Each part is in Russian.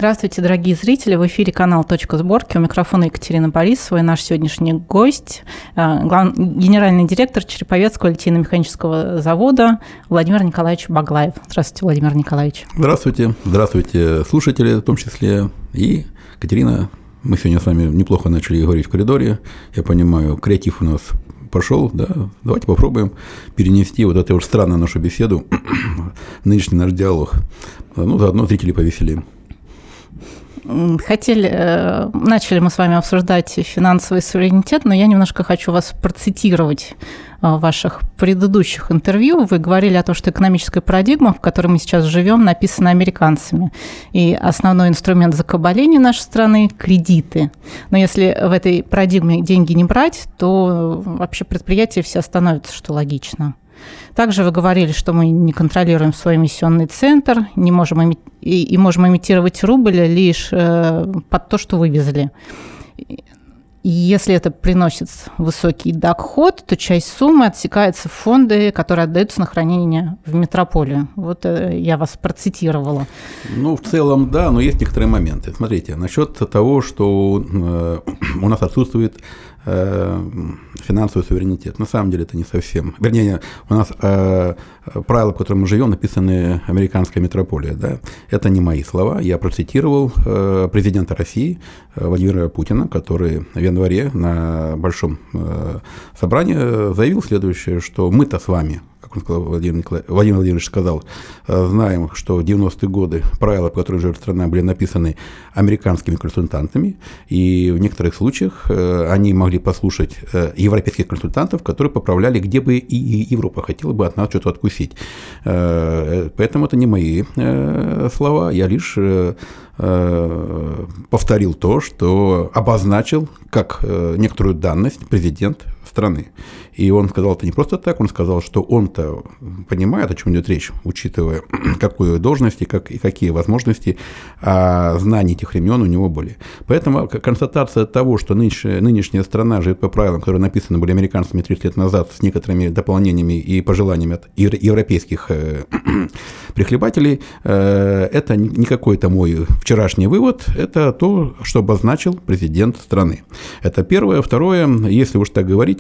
Здравствуйте, дорогие зрители. В эфире канал «Точка сборки». У микрофона Екатерина Борисова и наш сегодняшний гость, генеральный директор Череповецкого литейно-механического завода Владимир Николаевич Баглаев. Здравствуйте, Владимир Николаевич. Здравствуйте. Здравствуйте, слушатели в том числе. И, Екатерина, мы сегодня с вами неплохо начали говорить в коридоре. Я понимаю, креатив у нас пошел, да? Давайте попробуем перенести вот эту вот странную нашу беседу в нынешний наш диалог. Ну, заодно зрители повеселим. Начали мы с вами обсуждать финансовый суверенитет, но я немножко хочу вас процитировать в ваших предыдущих интервью. Вы говорили о том, что экономическая парадигма, в которой мы сейчас живем, написана американцами. И основной инструмент закабаления нашей страны – кредиты. Но если в этой парадигме деньги не брать, то вообще предприятия все остановятся, что логично. Также вы говорили, что мы не контролируем свой эмиссионный центр, можем имитировать рубль лишь под то, что вывезли. И если это приносит высокий доход, то часть суммы отсекается в фонды, которые отдаются на хранение в метрополию. Вот я вас процитировала. Ну, в целом, да, но есть некоторые моменты. Смотрите, насчет того, что у нас отсутствует финансовый суверенитет. На самом деле это не совсем. Вернее, у нас правила, по которым мы живем, написаны американской метрополией. Да? Это не мои слова. Я процитировал президента России Владимира Путина, который в январе на большом собрании заявил следующее, что мы-то с вами, как он сказал, Владимир Владимирович сказал, знаем, что в 90-е годы правила, по которым живет страна, были написаны американскими консультантами, и в некоторых случаях они могли послушать европейских консультантов, которые поправляли, где бы и Европа хотела бы от нас что-то откусить. Поэтому это не мои слова, я лишь повторил то, что обозначил как некоторую данность президент страны. И он сказал это не просто так, он сказал, что он-то понимает, о чем идет речь, учитывая, какую должность и какие возможности знаний этих времен у него были. Поэтому констатация того, что нынешняя страна живет по правилам, которые написаны были американцами 30 лет назад с некоторыми дополнениями и пожеланиями от европейских прихлебателей, это не какой-то мой вчерашний вывод, это то, что обозначил президент страны. Это первое. Второе, если уж так говорить,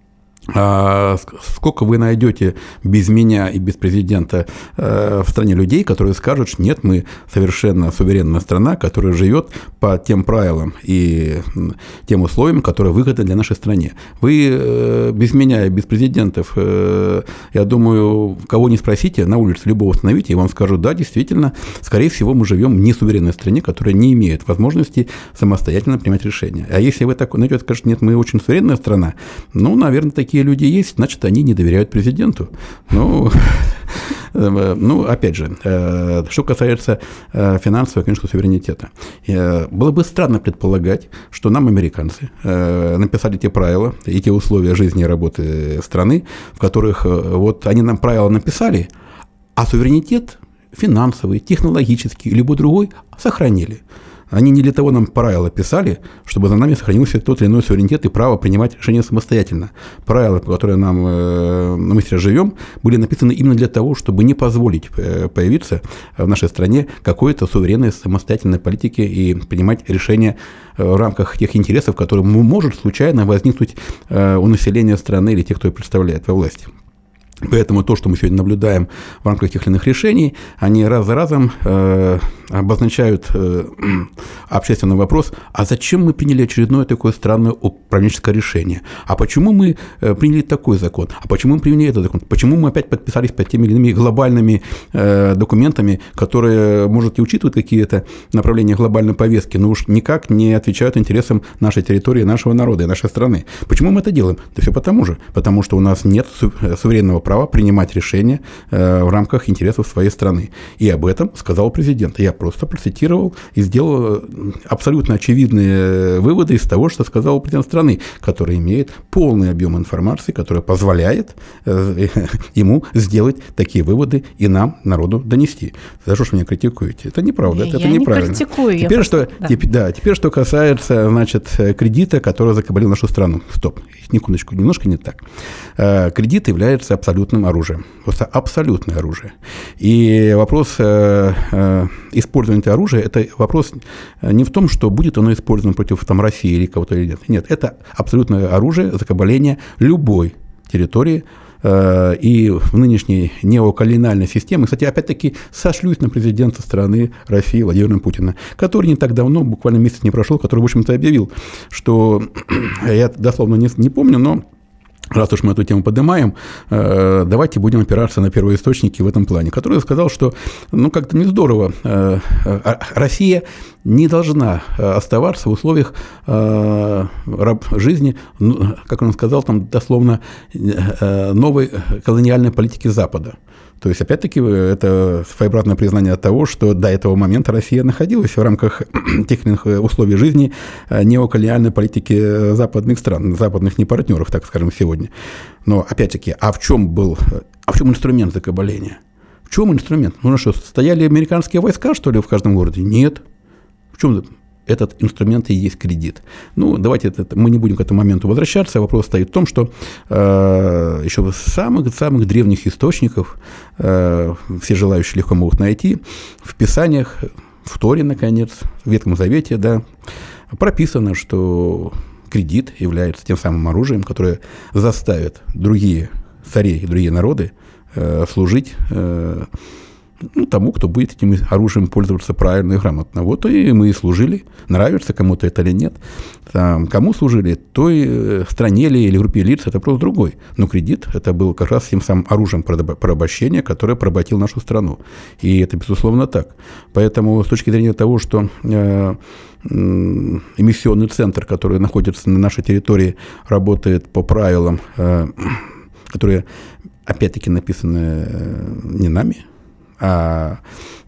сколько вы найдете без меня и без президента в стране людей, которые скажут, что нет, мы совершенно суверенная страна, которая живет по тем правилам и тем условиям, которые выгодны для нашей стране. Вы без меня и без президентов, я думаю, кого не спросите, на улице любого остановите, и вам скажут, да, действительно, скорее всего, мы живем в несуверенной стране, которая не имеет возможности самостоятельно принимать решения. А если вы такой найдете, скажете, нет, мы очень суверенная страна, ну, наверное, такие люди есть, значит, они не доверяют президенту. Ну, опять же, что касается финансового, конечно, суверенитета. Было бы странно предполагать, что нам, американцы, написали те правила и те условия жизни и работы страны, в которых вот они нам правила написали, а суверенитет финансовый, технологический, любой другой сохранили. Они не для того нам правила писали, чтобы за нами сохранился тот или иной суверенитет и право принимать решения самостоятельно. Правила, по которым мы сейчас живем, были написаны именно для того, чтобы не позволить появиться в нашей стране какой-то суверенной самостоятельной политики и принимать решения в рамках тех интересов, которые может случайно возникнуть у населения страны или тех, кто ее представляет во власти. Поэтому то, что мы сегодня наблюдаем в рамках тех или иных решений, они раз за разом обозначают общественный вопрос, а зачем мы приняли очередное такое странное управленческое решение? А почему мы приняли такой закон? А почему мы приняли этот закон? Почему мы опять подписались под теми или иными глобальными документами, которые, может, и учитывают какие-то направления глобальной повестки, но уж никак не отвечают интересам нашей территории, нашего народа и нашей страны? Почему мы это делаем? Да все потому же. Потому что у нас нет суверенного права принимать решения в рамках интересов своей страны. И об этом сказал президент. Я просто процитировал и сделал абсолютно очевидные выводы из того, что сказал президент страны, который имеет полный объем информации, который позволяет ему сделать такие выводы и нам, народу, донести. За что ж вы меня критикуете? Это неправда, это неправильно. Не критикую. Теперь, что касается, значит, кредита, который закабалил нашу страну. Стоп, секундочку, немножко не так. Кредит является абсолютно абсолютным оружием. Просто абсолютное оружие. И вопрос использования этого оружия – это вопрос не в том, что будет оно использовано против России или кого-то или нет. Нет, это абсолютное оружие закабаления любой территории. И в нынешней неоколониальной системе, кстати, опять-таки сошлюсь на президента страны России Владимира Путина, который не так давно, буквально месяц не прошел, который, в общем-то, объявил, что, я дословно не помню, но раз уж мы эту тему поднимаем, давайте будем опираться на первоисточники в этом плане, который сказал, что как-то не здорово, Россия не должна оставаться в условиях жизни, как он сказал, там дословно, новой колониальной политики Запада. То есть, опять-таки, это своеобразное признание того, что до этого момента Россия находилась в рамках тех или иных условий жизни неоколониальной политики западных стран, западных непартнеров, так скажем, сегодня. Но, опять-таки, а в чем инструмент закабаления? В чем инструмент? Что, стояли американские войска, что ли, в каждом городе? Нет. В чем этот инструмент и есть кредит? Давайте мы не будем к этому моменту возвращаться. Вопрос стоит в том, что еще в самых древних источников, все желающие легко могут найти, в Писаниях, в Торе, наконец, в Ветхом Завете, прописано, что кредит является тем самым оружием, которое заставит другие цари и другие народы служить тому, кто будет этим оружием пользоваться правильно и грамотно. Вот и мы и служили. Нравится кому-то это или нет. Кому служили, той стране или группе лиц, это просто другой. Но кредит – это был как раз тем самым оружием порабощения, которое поработил нашу страну. И это, безусловно, так. Поэтому с точки зрения того, что эмиссионный центр, который находится на нашей территории, работает по правилам, которые, опять-таки, написаны не нами, как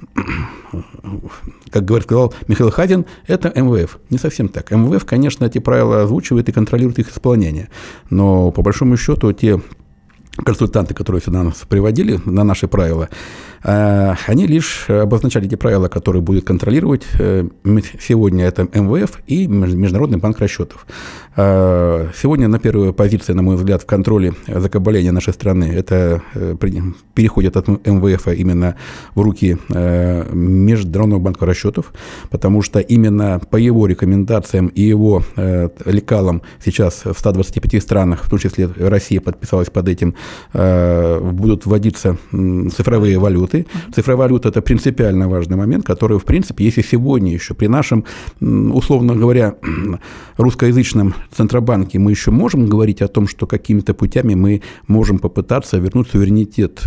сказал Михаил Хазин, это МВФ. Не совсем так. МВФ, конечно, эти правила озвучивает и контролирует их исполнение. Но, по большому счету, те консультанты, которые сюда нас приводили на наши правила, они лишь обозначали те правила, которые будет контролировать сегодня это МВФ и Международный банк расчетов. Сегодня на первую позицию, на мой взгляд, в контроле закабаления нашей страны это переходит от МВФ именно в руки Международного банка расчетов, потому что именно по его рекомендациям и его лекалам сейчас в 125 странах, в том числе Россия подписалась под этим, будут вводиться цифровые валюты. Цифровая валюта – это принципиально важный момент, который, в принципе, если сегодня еще при нашем, условно говоря, русскоязычном Центробанке мы еще можем говорить о том, что какими-то путями мы можем попытаться вернуть суверенитет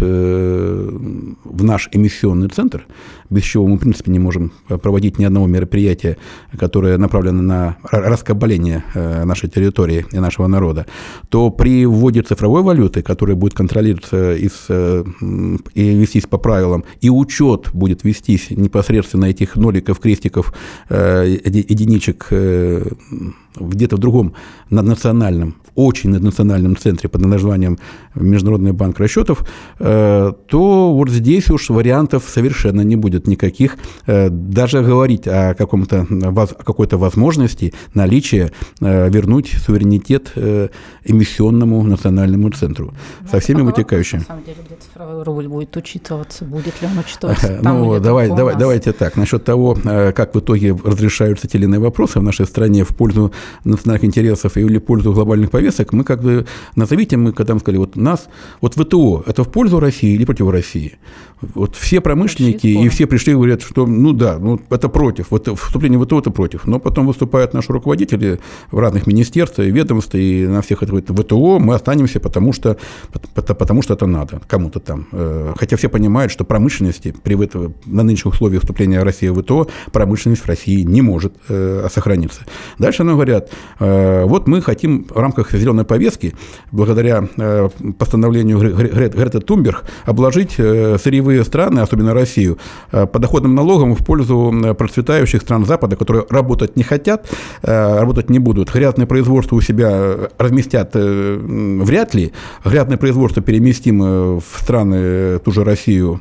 в наш эмиссионный центр, без чего мы, в принципе, не можем проводить ни одного мероприятия, которое направлено на раскабаление нашей территории и нашего народа, то при вводе цифровой валюты, которая будет контролироваться и вестись по правилам, и учет будет вестись непосредственно этих ноликов, крестиков, единичек где-то в другом наднациональном, очень наднациональном центре под названием Международный банк расчетов, то вот здесь уж вариантов совершенно не будет никаких. Даже говорить о какой-то возможности наличия вернуть суверенитет эмиссионному национальному центру со всеми вытекающими. На самом деле, где цифровой рубль будет учитываться, будет ли он учитываться? Давайте так. Насчет того, как в итоге разрешаются те или иные вопросы в нашей стране в пользу национальных интересов или в пользу глобальных повесток, мы назовите, когда мы сказали, вот ВТО, это в пользу России или против России? Вот все промышленники и все пришли и говорят, что это против, вот вступление в ВТО это против. Но потом выступают наши руководители в разных министерствах и ведомствах, и на всех это ВТО мы останемся, потому что это надо кому-то там. Хотя все понимают, что промышленности на нынешних условиях вступления России в ВТО промышленность в России не может сохраниться. Дальше нам говорят, вот мы хотим в рамках зеленой повестки, благодаря постановлению Греты Тунберг, обложить сырьевые страны, особенно Россию, подоходным налогом в пользу процветающих стран Запада, которые работать не хотят, работать не будут. Грязное производство у себя разместят вряд ли. Грязное производство переместим в страны, ту же Россию,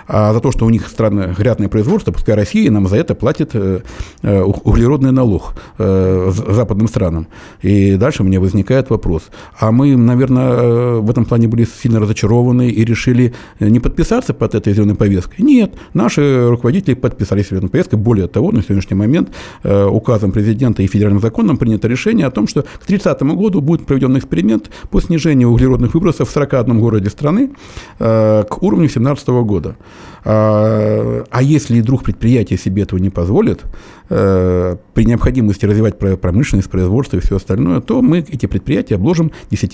А за то, что у них грязное производство, пускай Россия нам за это платит углеродный налог западным странам. И дальше у меня возникает вопрос. А мы, наверное, в этом плане были сильно разочарованы и решили не подписаться под этой зеленой повесткой? Нет, наши руководители подписались зеленой повесткой. Более того, на сегодняшний момент указом президента и федеральным законом принято решение о том, что к 2030 году будет проведен эксперимент по снижению углеродных выбросов в 41 городе страны к уровню 2017 года. А если вдруг предприятие себе этого не позволит, при необходимости развивать промышленность, производство и все остальное, то мы эти предприятия обложим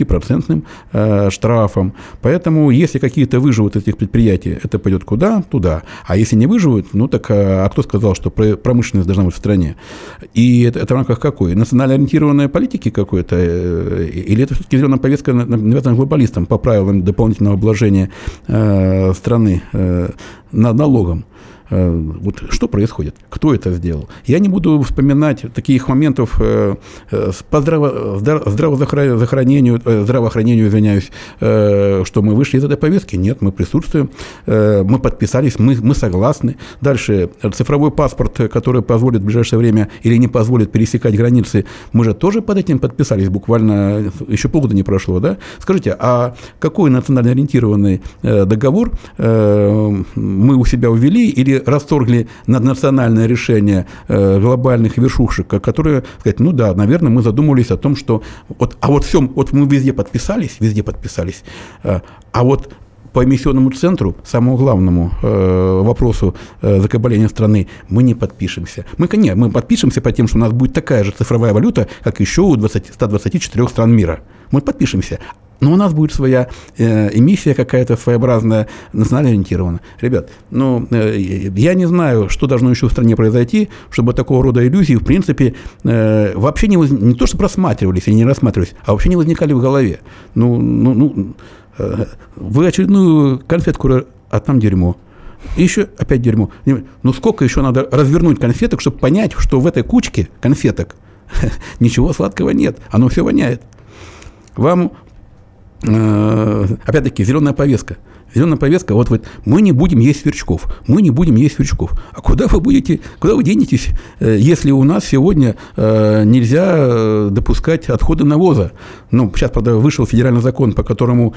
10% штрафом. Поэтому, если какие-то выживут этих предприятий, это пойдет куда? Туда. А если не выживут, ну так, а кто сказал, что промышленность должна быть в стране? И это в рамках какой? Национально ориентированной политики какой-то? Или это все-таки зеленая повестка, навязанная глобалистам по правилам дополнительного обложения страны налогом? Вот что происходит? Кто это сделал? Я не буду вспоминать таких моментов по здравоохранению, извиняюсь, что мы вышли из этой повестки. Нет, мы присутствуем, мы подписались, мы согласны. Дальше, цифровой паспорт, который позволит в ближайшее время или не позволит пересекать границы, мы же тоже под этим подписались, буквально еще полгода не прошло, да? Скажите, а какой национально ориентированный договор мы у себя ввели или расторгли наднациональное решение глобальных верхушек, которые, сказать, ну да, наверное, мы задумывались о том, что вот мы везде подписались, а вот по эмиссионному центру, самому главному вопросу закабаления страны, мы не подпишемся. Мы подпишемся по тем, что у нас будет такая же цифровая валюта, как еще у 124 стран мира. Мы подпишемся. Но у нас будет своя эмиссия какая-то своеобразная, национально ориентирована. Ребят, я не знаю, что должно еще в стране произойти, чтобы такого рода иллюзии, в принципе, вообще не то, что просматривались или не рассматривались, а вообще не возникали в голове. Вы очередную конфетку, а там дерьмо. И еще опять дерьмо. Сколько еще надо развернуть конфеток, чтобы понять, что в этой кучке конфеток ничего сладкого нет, оно все воняет. Вам опять-таки, зеленая повестка. Зеленая повестка, мы не будем есть сверчков. А куда вы денетесь, если у нас сегодня нельзя допускать отходы навоза? Сейчас, правда, вышел федеральный закон, по которому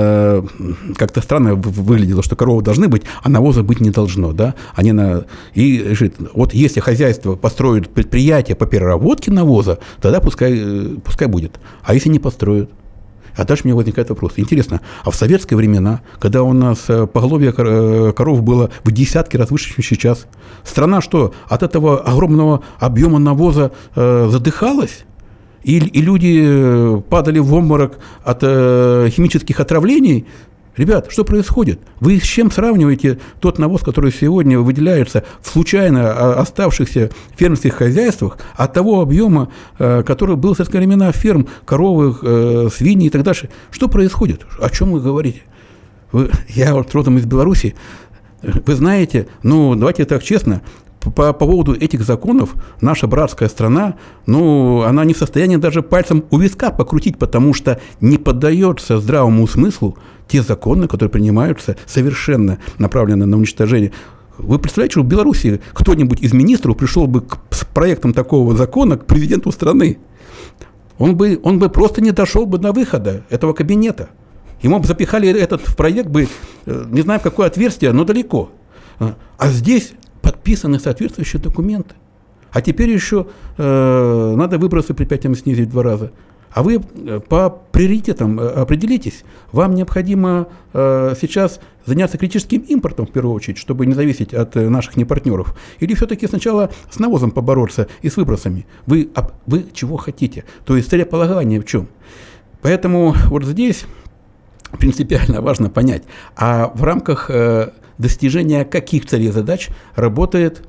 как-то странно выглядело, что коровы должны быть, а навоза быть не должно, да? И решит, если хозяйство построит предприятие по переработке навоза, тогда пускай будет. А если не построят? А дальше у меня возникает вопрос. Интересно, а в советские времена, когда у нас поголовье коров было в десятки раз выше, чем сейчас, страна что, от этого огромного объема навоза задыхалась? И люди падали в обморок от химических отравлений? Ребят, что происходит? Вы с чем сравниваете тот навоз, который сегодня выделяется в случайно оставшихся фермерских хозяйствах, от того объема, который был в советские времена ферм, коровы, свиньи и так дальше? Что происходит? О чем вы говорите? Я родом из Беларуси. Вы знаете, давайте так честно, по поводу этих законов наша братская страна, она не в состоянии даже пальцем у виска покрутить, потому что не поддается здравому смыслу те законы, которые принимаются, совершенно направлены на уничтожение. Вы представляете, что в Беларуси кто-нибудь из министров пришел бы с проектом такого закона к президенту страны? Он бы просто не дошел бы до выхода этого кабинета. Ему бы запихали этот проект не знаю в какое отверстие, но далеко. А здесь подписаны соответствующие документы. А теперь еще надо выбросы при 5 снизить в 2 раза. А вы по приоритетам определитесь. Вам необходимо сейчас заняться критическим импортом, в первую очередь, чтобы не зависеть от наших непартнеров. Или все-таки сначала с навозом побороться и с выбросами. Вы чего хотите? То есть целеполагание в чем? Поэтому здесь принципиально важно понять, а в рамках достижения каких целей и задач работают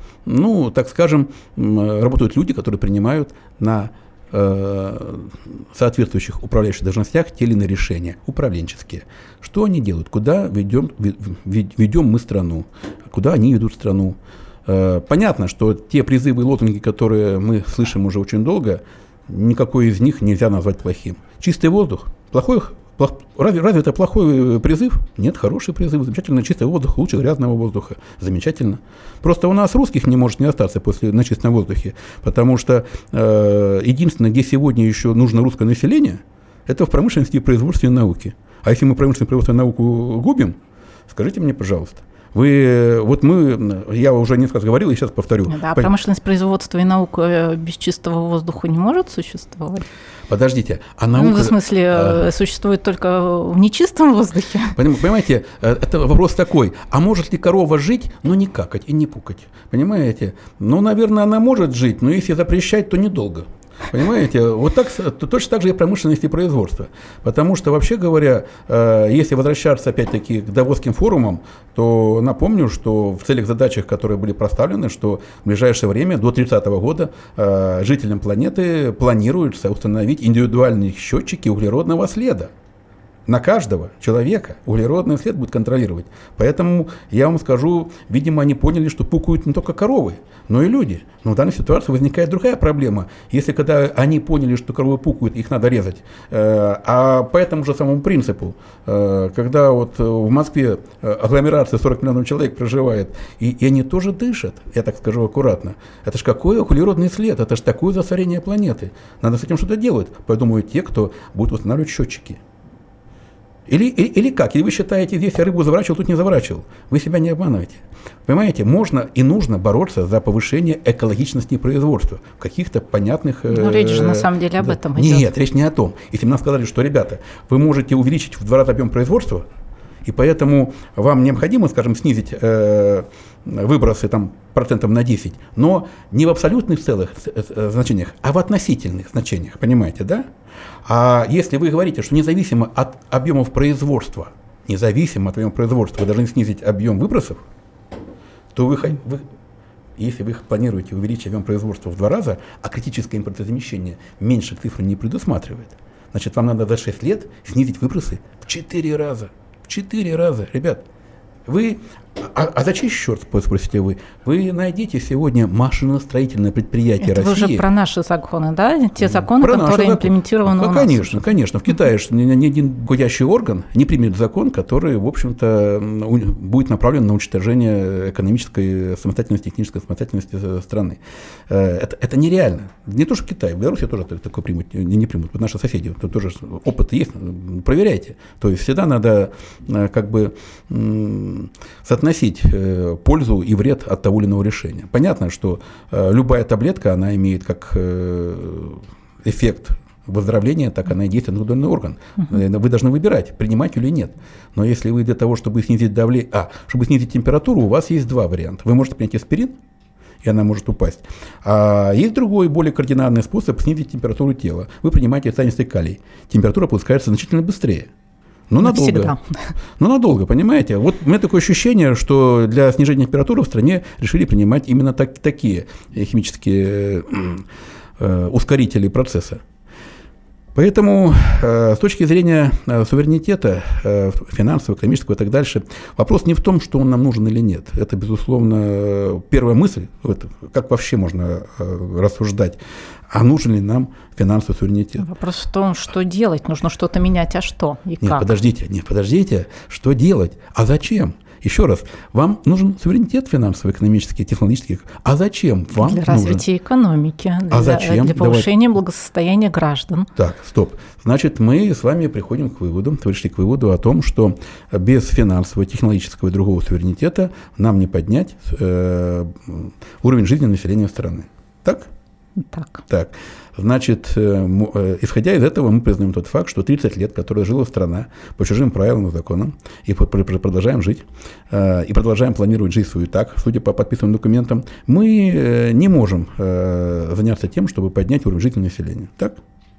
люди, которые принимают на соответствующих управляющих должностях те или иные решения, управленческие. Что они делают? Куда ведем мы страну? Куда они ведут страну? Понятно, что те призывы и лозунги, которые мы слышим уже очень долго, никакой из них нельзя назвать плохим. Чистый воздух. Плохой Разве это плохой призыв? Нет, хороший призыв. Замечательно, чистый воздух, лучше грязного воздуха. Замечательно. Просто у нас русских не может не остаться на чистом воздухе, потому что единственное, где сегодня еще нужно русское население, это в промышленности, производстве и науке. А если мы промышленность, производство и науку губим, скажите мне, пожалуйста. Я уже несколько раз говорил и сейчас повторю. Да, промышленность, производство и наука без чистого воздуха не может существовать? Подождите, а наука... в смысле, существует только в нечистом воздухе? Понимаете, это вопрос такой, а может ли корова жить, но не какать и не пукать? Понимаете? Наверное, она может жить, но если запрещать, то недолго. Понимаете, вот так, точно так же и промышленность и производство. Потому что, вообще говоря, если возвращаться опять-таки к Давосским форумам, то напомню, что в целях задачах, которые были проставлены, что в ближайшее время, до 30 года, жителям планеты планируется установить индивидуальные счетчики углеродного следа. На каждого человека углеродный след будет контролировать. Поэтому я вам скажу, видимо, они поняли, что пукают не только коровы, но и люди. Но в данной ситуации возникает другая проблема. Если когда они поняли, что коровы пукают, их надо резать, а по этому же самому принципу, когда вот в Москве агломерация 40 миллионов человек проживает, и они тоже дышат, я так скажу аккуратно, это ж какой углеродный след, это ж такое засорение планеты. Надо с этим что-то делать, подумают те, кто будет устанавливать счетчики. Или как? Или вы считаете, здесь я рыбу заворачивал, тут не заворачивал? Вы себя не обманываете. Понимаете, можно и нужно бороться за повышение экологичности производства в каких-то понятных... речь же на самом деле об этом идет. Нет, речь не о том. Если бы нам сказали, что, ребята, вы можете увеличить в 2 раза объем производства, и поэтому вам необходимо, скажем, снизить выбросы там, процентов на 10, но не в абсолютных целых значениях, а в относительных значениях, понимаете, да? А если вы говорите, что независимо от объемов производства, вы должны снизить объем выбросов, то если вы планируете увеличить объем производства в 2 раза, а критическое импортозамещение меньше цифры не предусматривает, значит, вам надо за 6 лет снизить выбросы в 4 раза. 4 раза, ребят. За чей счет, спросите вы? Вы найдите сегодня машиностроительное предприятие это России. Это уже про наши законы, да? Те законы, которые имплементированы у нас. Конечно. В Китае ни один гудящий орган не примет закон, который, в общем-то, будет направлен на уничтожение экономической самостоятельности, технической самостоятельности страны. Это нереально. Не то, что Китай, в Беларуси тоже такое примут, не примут. Вот наши соседи, тут тоже опыт есть, проверяйте. То есть всегда надо соотносить пользу и вред от того или иного решения. Понятно, что любая таблетка, она имеет как эффект выздоровления, так она и действует на индивидуальный орган. Вы должны выбирать, принимать или нет. Но если вы для того, чтобы снизить чтобы снизить температуру, у вас есть 2 варианта. Вы можете принять аспирин, и она может упасть. А есть другой, более кардинальный способ снизить температуру тела. Вы принимаете цианистый калий. Температура опускается значительно быстрее. Надолго, понимаете? Вот у меня такое ощущение, что для снижения температуры в стране решили принимать именно такие химические ускорители процесса. Поэтому с точки зрения суверенитета финансового, экономического и так дальше, вопрос не в том, что он нам нужен или нет. Это, безусловно, первая мысль, как вообще можно рассуждать, а нужен ли нам финансовый суверенитет. Вопрос в том, что делать. Нужно что-то менять, а что и как? Подождите, что делать, а зачем? Еще раз, вам нужен суверенитет финансовый, экономический, технологический. А зачем вам нужен? Для развития экономики, для повышения благосостояния граждан. Так, стоп. Значит, мы с вами пришли к выводу о том, что без финансового, технологического и другого суверенитета нам не поднять уровень жизни населения страны. Так? Так. Значит, исходя из этого, мы признаем тот факт, что 30 лет, которые жила страна по чужим правилам и законам, и продолжаем жить, и продолжаем планировать жизнь свою так, судя по подписанным документам, мы не можем заняться тем, чтобы поднять уровень жизни населения. Так?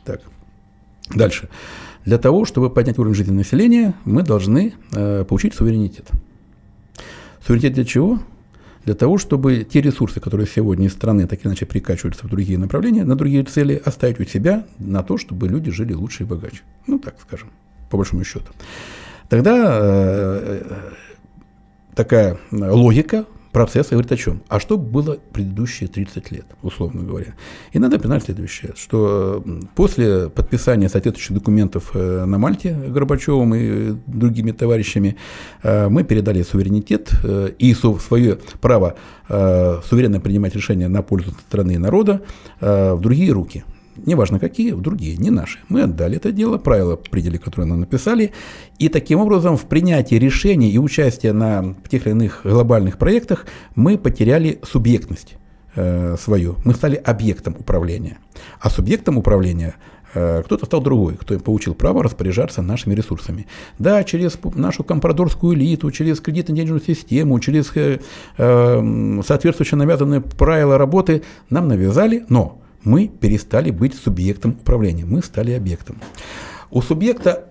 Дальше. Для того, чтобы поднять уровень жизни населения, мы должны получить суверенитет. Суверенитет для чего? Для того, чтобы те ресурсы, которые сегодня из страны так или иначе прикачиваются в другие направления, на другие цели, оставить у себя на то, чтобы люди жили лучше и богаче. Так скажем, по большому счету. Тогда такая логика процесса говорит о чем? А что было предыдущие 30 лет, условно говоря? И надо признать следующее, что после подписания соответствующих документов на Мальте Горбачевым и другими товарищами мы передали суверенитет и свое право суверенно принимать решения на пользу страны и народа в другие руки. Неважно какие, в другие, не наши. Мы отдали это дело, правила приняли, которые нам написали, и таким образом в принятии решений и участии на тех или иных глобальных проектах мы потеряли субъектность свою, мы стали объектом управления. А субъектом управления кто-то стал другой, кто получил право распоряжаться нашими ресурсами. Да, через нашу компрадорскую элиту, через кредитно-денежную систему, через соответствующие навязанные правила работы нам навязали, но мы перестали быть субъектом управления, мы стали объектом. У субъекта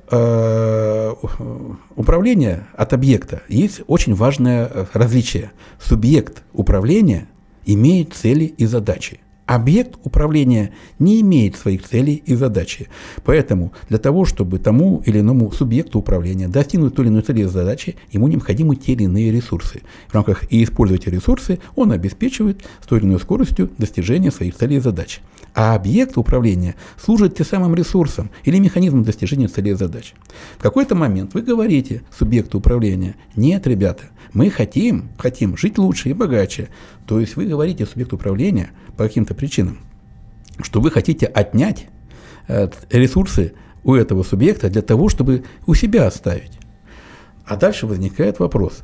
управления от объекта есть очень важное различие. Субъект управления имеет цели и задачи. Объект управления не имеет своих целей и задачи. Поэтому для того, чтобы тому или иному субъекту управления достигнуть той или иной цели и задачи, ему необходимы те или иные ресурсы. В рамках и используя эти ресурсы, он обеспечивает с той или иной скоростью достижение своих целей и задач. А объект управления служит тем самым ресурсом или механизмом достижения целей и задач. В какой-то момент вы говорите субъекту управления: нет, ребята, мы хотим жить лучше и богаче. То есть вы говорите субъекту управления по каким-то причинам, что вы хотите отнять ресурсы у этого субъекта для того, чтобы у себя оставить. А дальше возникает вопрос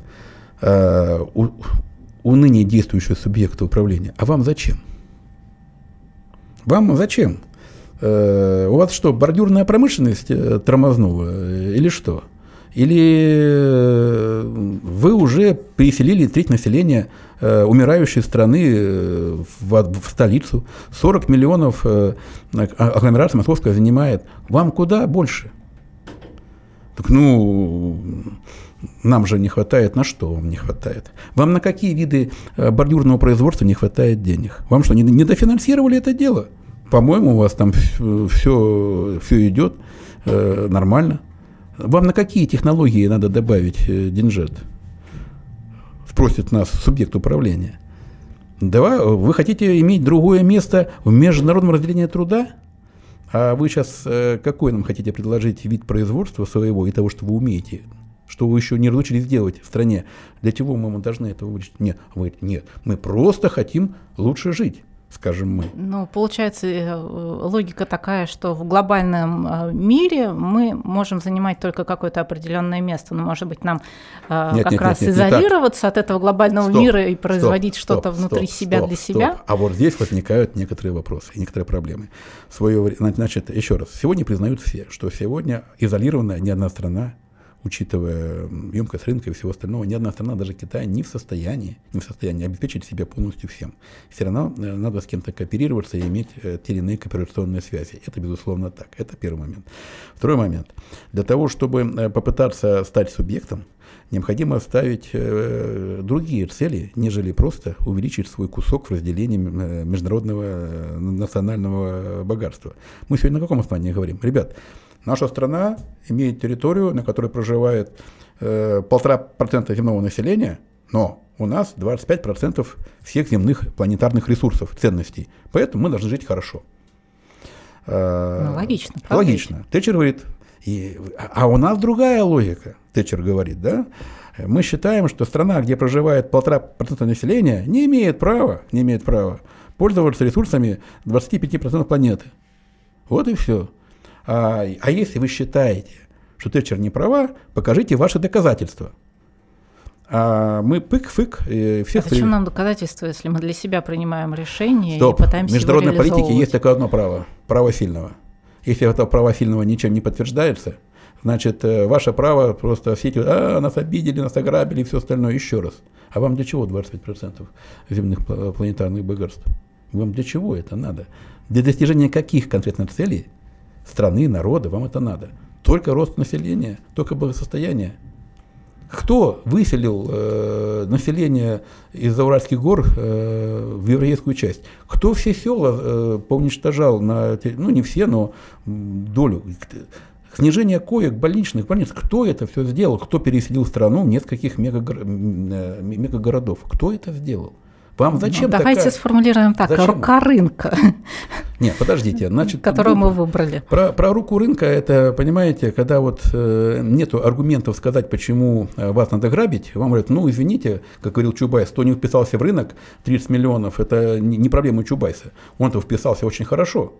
у ныне действующего субъекта управления: а вам зачем? Вам зачем? У вас что, бордюрная промышленность тормознула или что? Или вы уже переселили треть населения умирающей страны в столицу? 40 миллионов агломерация московская занимает. Вам куда больше? Так, нам же не хватает. На что вам не хватает? Вам на какие виды бордюрного производства не хватает денег? Вам что, не дофинансировали это дело? По-моему, у вас там все идет нормально. Вам на какие технологии надо добавить деньжат? Спросит нас субъект управления. Да, вы хотите иметь другое место в международном разделении труда? А вы сейчас какой нам хотите предложить вид производства своего и того, что вы умеете? Что вы еще не разучились делать в стране? Для чего мы должны это вылечить? Нет, мы просто хотим лучше жить. Скажем мы. Получается, логика такая, что в глобальном мире мы можем занимать только какое-то определенное место. Но, может быть, нам изолироваться от этого глобального мира и производить что-то внутри себя для себя? А вот здесь возникают некоторые вопросы, некоторые проблемы. Значит, еще раз, сегодня признают все, что сегодня изолированная ни одна страна, учитывая емкость рынка и всего остального, ни одна страна, даже Китай, не в состоянии обеспечить себя полностью всем. Все равно надо с кем-то кооперироваться и иметь те или иные кооперационные связи. Это, безусловно, так. Это первый момент. Второй момент. Для того, чтобы попытаться стать субъектом, необходимо ставить другие цели, нежели просто увеличить свой кусок в разделении международного национального богатства. Мы сегодня на каком основании говорим? Ребят, наша страна имеет территорию, на которой проживает 1,5% земного населения, но у нас 25% всех земных планетарных ресурсов, ценностей. Поэтому мы должны жить хорошо. Логично. Логично. Тэтчер говорит, а у нас другая логика, Тэтчер говорит, да? Мы считаем, что страна, где проживает 1,5% населения, не имеет права пользоваться ресурсами 25% планеты. Вот и все. А если вы считаете, что Тэтчер не права, покажите ваши доказательства. А мы пык-фык. Зачем нам доказательства, если мы для себя принимаем решение и пытаемся в международной политике есть только одно право – право сильного. Если это право сильного ничем не подтверждается, значит, ваше право просто все эти, нас обидели, нас ограбили и все остальное. Еще раз. А вам для чего 25% земных планетарных богатств? Вам для чего это надо? Для достижения каких конкретно целей страны, народа вам это надо? Только рост населения, только благосостояние. Кто выселил население из Зауральских гор в еврейскую часть? Кто все села поуничтожал, не все, но долю? Снижение коек, больниц. Кто это все сделал? Кто переселил страну в нескольких мегагородов? Кто это сделал? Вам зачем давайте сформулируем так, зачем? Рука рынка. Нет, подождите. Значит, которую мы выбрали. Про руку рынка, это, понимаете, когда вот нету аргументов сказать, почему вас надо грабить, вам говорят, ну, извините, как говорил Чубайс, кто не вписался в рынок, 30 миллионов, это не проблема Чубайса. Он-то вписался очень хорошо.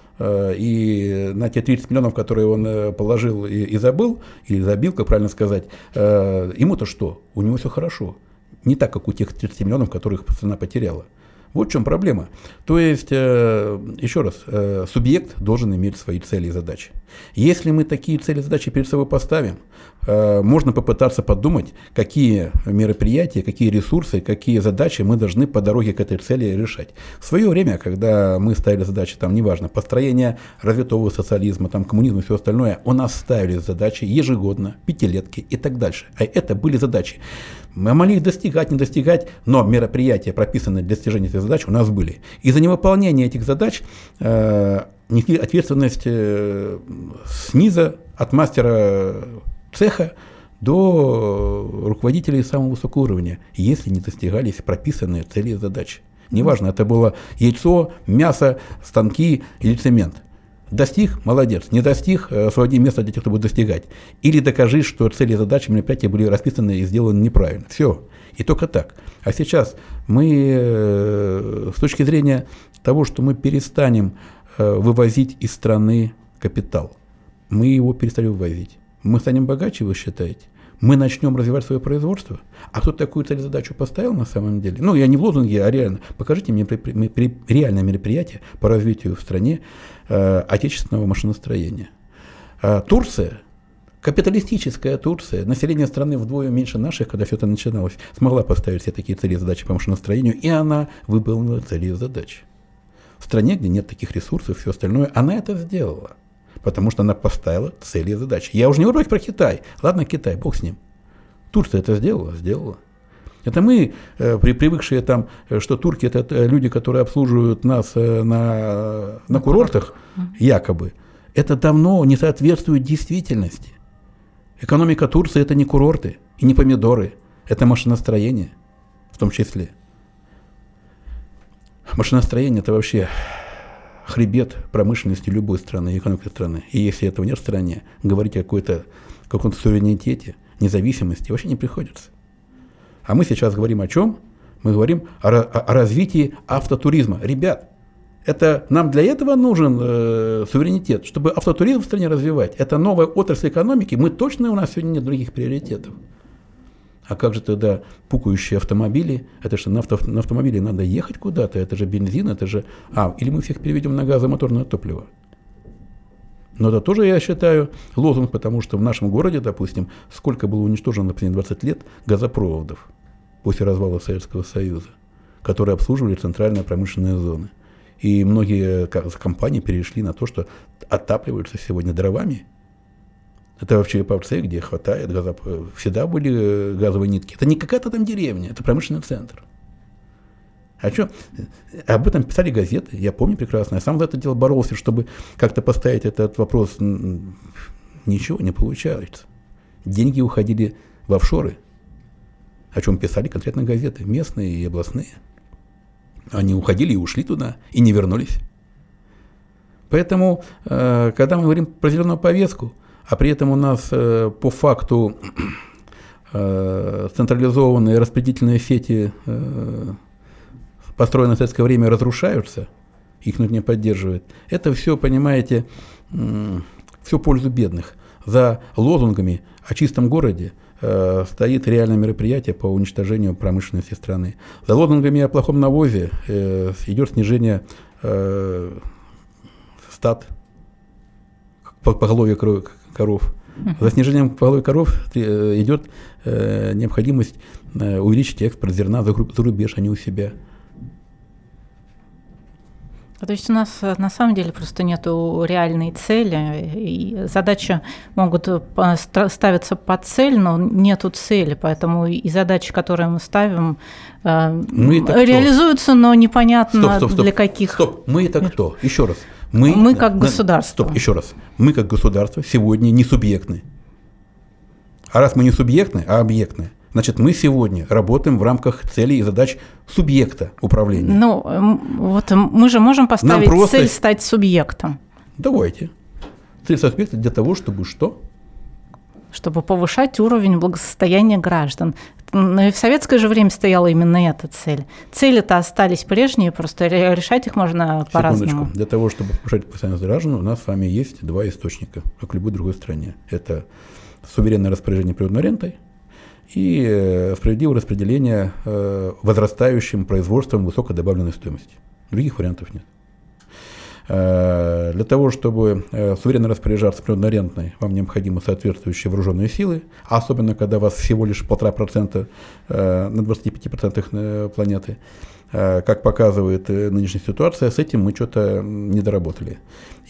И на те 30 миллионов, которые он положил и забыл, или забил, как правильно сказать, ему-то что? У него все хорошо. Не так, как у тех 30 миллионов, которых страна потеряла. Вот в чем проблема. То есть, еще раз, субъект должен иметь свои цели и задачи. Если мы такие цели и задачи перед собой поставим, можно попытаться подумать, какие мероприятия, какие ресурсы, какие задачи мы должны по дороге к этой цели решать. В свое время, когда мы ставили задачи, там, неважно, построение развитого социализма, там, коммунизма и все остальное, у нас ставились задачи ежегодно, пятилетки и так дальше. А это были задачи. Мы могли их достигать, не достигать, но мероприятия, прописанные для достижения этих задач, у нас были. И за невыполнение этих задач несли ответственность снизу, от мастера цеха до руководителей самого высокого уровня, если не достигались прописанные цели и задачи. Неважно, это было яйцо, мясо, станки или цемент. Достиг – молодец. Не достиг – освободи место для тех, кто будет достигать. Или докажи, что цели и задачи мероприятия были расписаны и сделаны неправильно. Все. И только так. А сейчас мы, с точки зрения того, что мы перестанем вывозить из страны капитал, мы его перестали вывозить. Мы станем богаче, вы считаете? Мы начнем развивать свое производство? А кто такую цель задачу поставил на самом деле? Ну, я не в лозунге, а реально. Покажите мне реальное мероприятие по развитию в стране отечественного машиностроения. Турция, капиталистическая Турция, население страны вдвое меньше наших, когда все это начиналось, смогла поставить все такие цели и задачи по машиностроению, и она выполнила цели и задачи. В стране, где нет таких ресурсов и все остальное, она это сделала. Потому что она поставила цели и задачи. Я уже не говорю про Китай. Ладно, Китай, бог с ним. Турция это сделала? Сделала. Это мы, привыкшие там, что турки это люди, которые обслуживают нас на курортах, якобы. Это давно не соответствует действительности. Экономика Турции это не курорты и не помидоры. Это машиностроение в том числе. Машиностроение это вообще хребет промышленности любой страны, экономики страны. И если этого нет в стране, говорить о каком-то суверенитете, независимости вообще не приходится. А мы сейчас говорим о чем? Мы говорим о развитии автотуризма. Ребят, это нам для этого нужен суверенитет, чтобы автотуризм в стране развивать. Это новая отрасль экономики. У нас сегодня нет других приоритетов. А как же тогда пукающие автомобили? Это же на автомобиле надо ехать куда-то, это же бензин, это же... или мы всех переведем на газомоторное топливо. Но это тоже, я считаю, лозунг, потому что в нашем городе, допустим, сколько было уничтожено за последние 20 лет газопроводов после развала Советского Союза, которые обслуживали центральные промышленные зоны. И многие компании перешли на то, что отапливаются сегодня дровами. Это вообще Череповце, где хватает всегда были газовые нитки. Это не какая-то там деревня, это промышленный центр. А что? Об этом писали газеты, я помню прекрасно. Я сам за это дело боролся, чтобы как-то поставить этот вопрос. Ничего не получается. Деньги уходили в офшоры, о чем писали конкретно газеты, местные и областные. Они уходили и ушли туда, и не вернулись. Поэтому, когда мы говорим про зеленую повестку, а при этом у нас по факту централизованные распределительные сети, построенные в советское время, разрушаются, их нужно не поддерживать. Это все, понимаете, все в пользу бедных. За лозунгами о чистом городе стоит реальное мероприятие по уничтожению промышленности страны. За лозунгами о плохом навозе идет снижение стад, поголовья коров. За снижением поголовья коров идет необходимость увеличить экспорт зерна за рубеж, а не у себя. То есть у нас на самом деле просто нету реальной цели, и задачи могут ставиться под цель, но нету цели, поэтому и задачи, которые мы ставим, реализуются, но непонятно для каких. Стоп, мы это кто? Еще раз. Мы как государство. Стоп, еще раз. Мы как государство сегодня не субъектны. А раз мы не субъектны, а объектны, значит, мы сегодня работаем в рамках целей и задач субъекта управления. Ну, вот мы же можем поставить цель стать субъектом. Давайте. Цель стать субъектом для того, чтобы что? Чтобы повышать уровень благосостояния граждан. Но и в советское же время стояла именно эта цель. Цели-то остались прежние, просто решать их можно по-разному. Для того, чтобы повышать благосостояние граждан, у нас с вами есть два источника, как в любой другой стране. Это суверенное распоряжение природной рентой и справедливое распределение возрастающим производством высокой добавленной стоимости. Других вариантов нет. Для того, чтобы суверенно распоряжаться природной рентой, вам необходимы соответствующие вооруженные силы, особенно когда у вас всего лишь 1,5% на 25% планеты. Как показывает нынешняя ситуация, с этим мы что-то не доработали.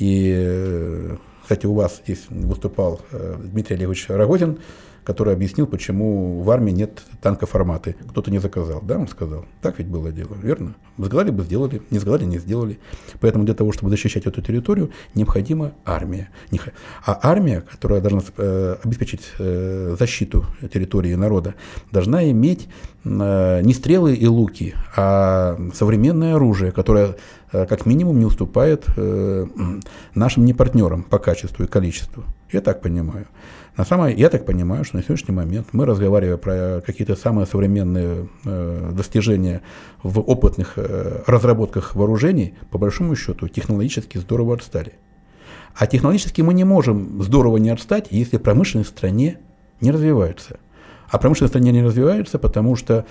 И, кстати, у вас здесь выступал Дмитрий Олегович Рогозин, который объяснил, почему в армии нет танков «Арматы». Кто-то не заказал, да, он сказал. Так ведь было дело, верно? Заказали бы, сделали, не заказали, не сделали. Поэтому для того, чтобы защищать эту территорию, необходима армия. А армия, которая должна обеспечить защиту территории народа, должна иметь не стрелы и луки, а современное оружие, которое как минимум не уступает нашим непартнерам по качеству и количеству. Я так понимаю. Я так понимаю, что на сегодняшний момент мы, разговаривая про какие-то самые современные достижения в опытных разработках вооружений, по большому счету технологически здорово отстали. А технологически мы не можем здорово не отстать, если промышленность в стране не развивается. А промышленность в стране не развивается, потому что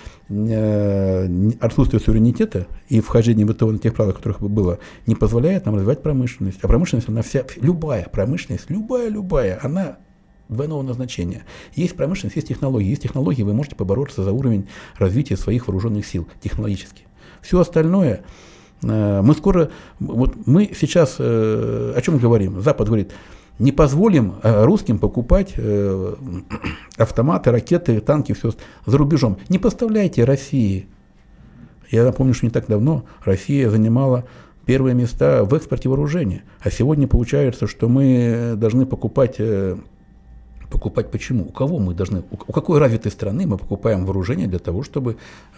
отсутствие суверенитета и вхождение в ВТО на тех правилах, которых бы было, не позволяет нам развивать промышленность. А промышленность, она любая промышленность, любая, она двойного назначения. Есть промышленность, есть технологии. Есть технологии, вы можете побороться за уровень развития своих вооруженных сил технологически. Все остальное, мы сейчас о чем говорим? Запад говорит, не позволим русским покупать автоматы, ракеты, танки, все за рубежом. Не поставляйте России. Я напомню, что не так давно Россия занимала первые места в экспорте вооружения. А сегодня получается, что мы должны покупать почему? У кого мы должны? У какой развитой страны мы покупаем вооружение для того, чтобы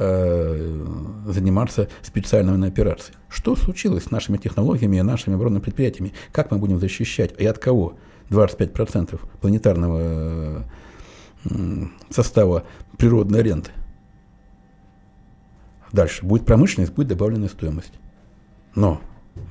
заниматься специальными операциями? Что случилось с нашими технологиями и нашими оборонными предприятиями? Как мы будем защищать? И от кого? 25% планетарного состава природной ренты. Дальше. Будет промышленность, будет добавленная стоимость. Но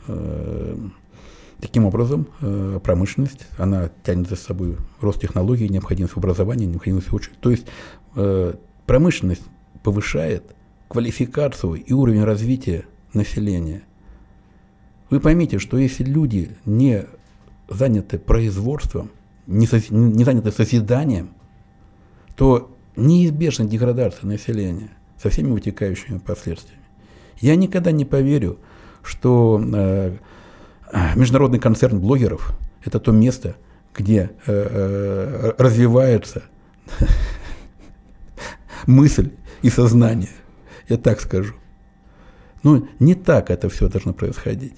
таким образом, промышленность, она тянет за собой рост технологий, необходимость в образовании, необходимость в учебе. То есть промышленность повышает квалификацию и уровень развития населения. Вы поймите, что если люди не заняты производством, не заняты созиданием, то неизбежна деградация населения со всеми вытекающими последствиями. Я никогда не поверю, что международный концерн блогеров – это то место, где развивается мысль и сознание. Я так скажу. Но не так это все должно происходить.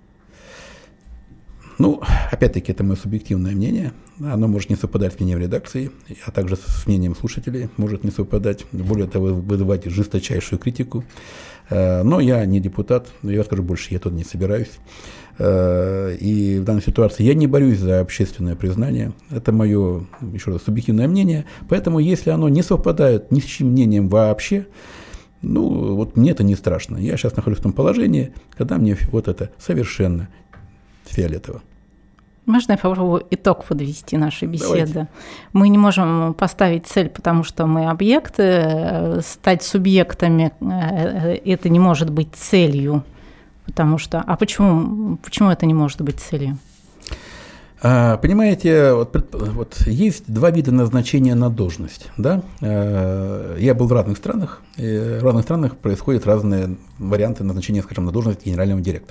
Ну, опять-таки, это мое субъективное мнение. Оно может не совпадать с мнением редакции, а также с мнением слушателей может не совпадать. Более того, вызывать жесточайшую критику. Но я не депутат, я скажу больше, я тут не собираюсь. И в данной ситуации я не борюсь за общественное признание. Это мое, еще раз, субъективное мнение. Поэтому, если оно не совпадает ни с чьим мнением вообще, ну, вот мне это не страшно. Я сейчас нахожусь в том положении, когда мне вот это совершенно фиолетово. Можно я попробую итог подвести нашей беседы? Давайте. Мы не можем поставить цель, потому что мы объекты, стать субъектами – это не может быть целью. Потому что, почему это не может быть целью? Понимаете, вот есть два вида назначения на должность. Да? Я был в разных странах, и в разных странах происходят разные варианты назначения, скажем, на должность генерального директора.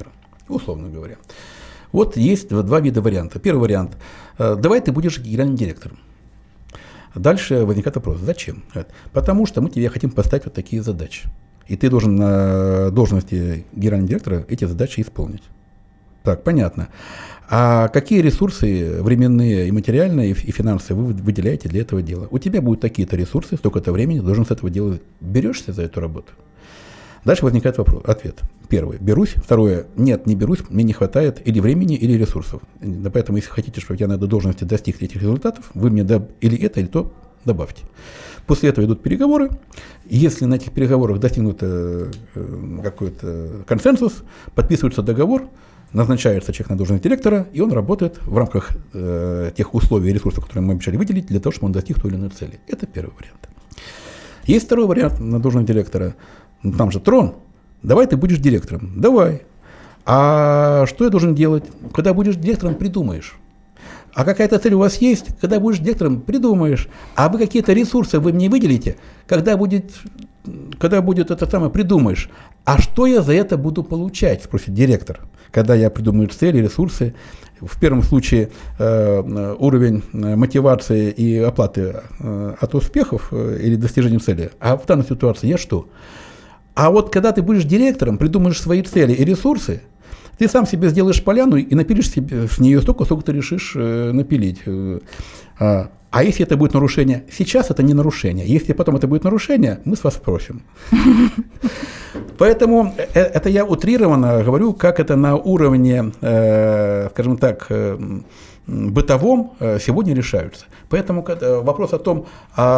условно говоря. Вот есть два вида варианта. Первый вариант. Давай ты будешь генеральным директором. Дальше возникает вопрос. Зачем? Потому что мы тебе хотим поставить вот такие задачи. И ты должен на должности генерального директора эти задачи исполнить. Так, понятно. А какие ресурсы временные и материальные, и финансовые вы выделяете для этого дела? У тебя будут такие-то ресурсы, столько-то времени, ты должен с этого дела. Берешься за эту работу? Дальше возникает вопрос, ответ. Первый. Берусь. Второе. Нет, не берусь, мне не хватает или времени, или ресурсов. Да, поэтому, если хотите, чтобы я на этой должности достиг этих результатов, вы мне или это, или то добавьте. После этого идут переговоры. Если на этих переговорах достигнут какой-то консенсус, подписывается договор, назначается человек на должность директора, и он работает в рамках тех условий и ресурсов, которые мы обещали выделить, для того, чтобы он достиг той или иной цели. Это первый вариант. Есть второй вариант на должность директора. Там же трон. Давай ты будешь директором. Давай. А что я должен делать? Когда будешь директором, придумаешь. А какая-то цель у вас есть? Когда будешь директором, придумаешь. А вы какие-то ресурсы вы мне выделите? Когда будет это самое, придумаешь. А что я за это буду получать? Спросит директор. Когда я придумаю цели, ресурсы. В первом случае уровень мотивации и оплаты от успехов или достижения цели. А в данной ситуации я что? А вот когда ты будешь директором, придумаешь свои цели и ресурсы, ты сам себе сделаешь поляну и напилишь себе с нее столько, сколько ты решишь напилить. А если это будет нарушение? Сейчас это не нарушение. Если потом это будет нарушение, мы с вас спросим. Поэтому это я утрированно говорю, как это на уровне, скажем так, бытовом сегодня решаются. Поэтому вопрос о том,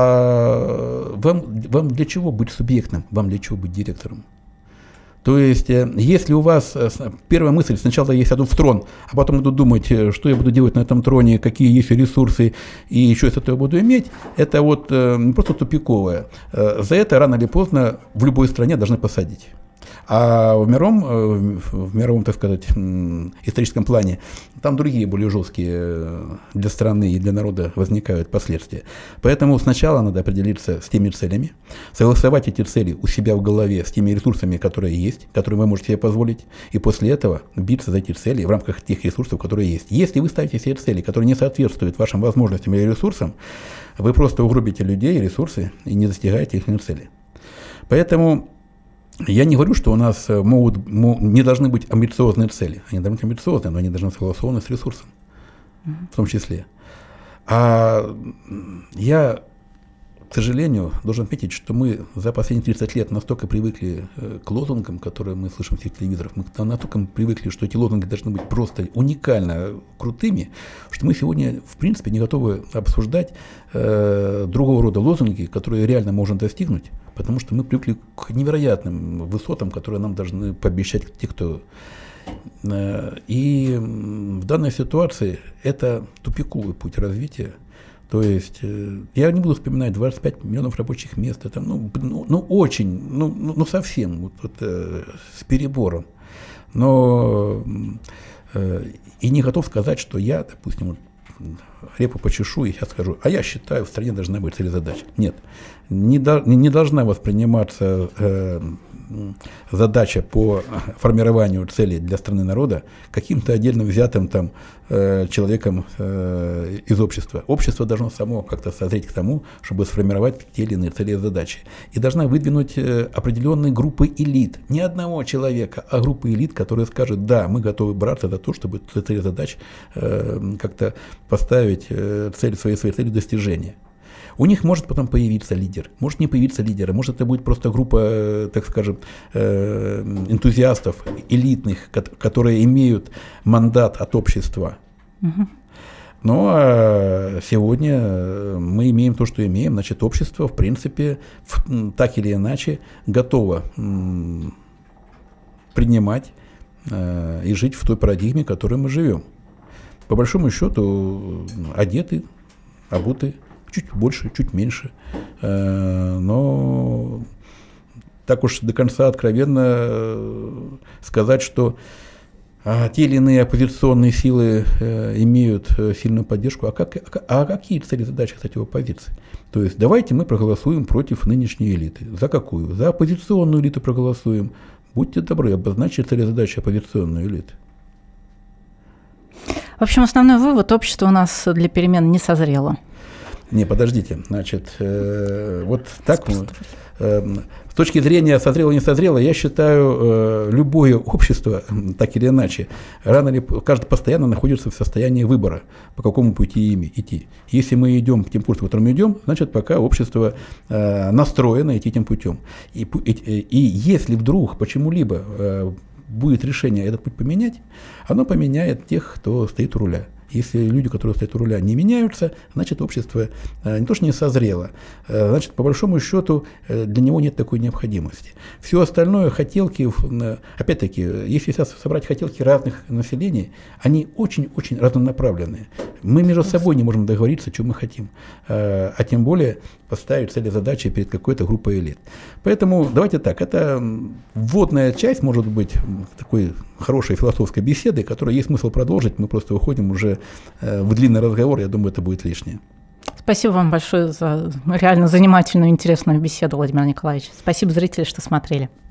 вам для чего быть субъектным, вам для чего быть директором? То есть, если у вас первая мысль, сначала я сяду в трон, а потом буду думать, что я буду делать на этом троне, какие есть ресурсы, и еще из этого буду иметь, это вот просто тупиковое. За это рано или поздно в любой стране должны посадить. А в мировом, так сказать, историческом плане, там другие более жесткие для страны и для народа возникают последствия. Поэтому сначала надо определиться с теми целями, согласовать эти цели у себя в голове с теми ресурсами, которые есть, которые вы можете себе позволить, и после этого биться за эти цели в рамках тех ресурсов, которые есть. Если вы ставите себе цели, которые не соответствуют вашим возможностям или ресурсам, вы просто угробите людей, ресурсы и не достигаете их цели. Поэтому я не говорю, что у нас не должны быть амбициозные цели. Они должны быть амбициозные, но они должны быть согласованы с ресурсом, в том числе. А я, к сожалению, должен отметить, что мы за последние 30 лет настолько привыкли к лозунгам, которые мы слышим в всех телевизорах, мы настолько привыкли, что эти лозунги должны быть просто уникально крутыми, что мы сегодня, в принципе, не готовы обсуждать другого рода лозунги, которые реально можно достигнуть, потому что мы привыкли к невероятным высотам, которые нам должны пообещать те, кто... И в данной ситуации это тупиковый путь развития. То есть я не буду вспоминать 25 миллионов рабочих мест, это очень совсем с перебором. Но и не готов сказать, что я, допустим, репу почешу и сейчас скажу, а я считаю, в стране должна быть цель и задача. Нет, не должна восприниматься задача по формированию целей для страны народа каким-то отдельно взятым там человеком из общества. Общество должно само как-то созреть к тому, чтобы сформировать те или иные цели и задачи. И должна выдвинуть определенные группы элит. Не одного человека, а группы элит, которые скажут, да, мы готовы браться за то, чтобы цели и задач как-то поставить своей цели достижения. У них может потом появиться лидер, может не появиться лидера, может это будет просто группа, так скажем, энтузиастов элитных, которые имеют мандат от общества. Но сегодня мы имеем то, что имеем, значит, общество, в принципе, так или иначе готово принимать и жить в той парадигме, в которой мы живем. По большому счету, одеты, обуты, чуть больше, чуть меньше, но так уж до конца откровенно сказать, что те или иные оппозиционные силы имеют сильную поддержку. А какие цели и задачи, кстати, у оппозиции? То есть давайте мы проголосуем против нынешней элиты. За какую? За оппозиционную элиту проголосуем. Будьте добры, обозначьте цели задачи оппозиционной элиты. В общем, основной вывод: общество у нас для перемен не созрело. Не, подождите, значит, вот так, с точки зрения созрело-не созрело, я считаю, любое общество, так или иначе, рано или поздно постоянно находится в состоянии выбора, по какому пути идти. Если мы идем тем путем, которым мы идем, значит, пока общество настроено идти тем путем. И если вдруг почему-либо будет решение этот путь поменять, оно поменяет тех, кто стоит у руля. Если люди, которые стоят у руля, не меняются, значит, общество не то что не созрело, значит, по большому счету для него нет такой необходимости. Все остальное, хотелки, опять-таки, если собрать хотелки разных населений, они очень-очень разнонаправленные. Мы между собой не можем договориться, что мы хотим, а тем более поставить цели задачи перед какой-то группой элит. Поэтому давайте так, это вводная часть, может быть, такой хорошей философской беседы, которую есть смысл продолжить, мы просто выходим уже в длинный разговор, я думаю, это будет лишнее. Спасибо вам большое за реально занимательную, интересную беседу, Владимир Николаевич. Спасибо, зрители, что смотрели.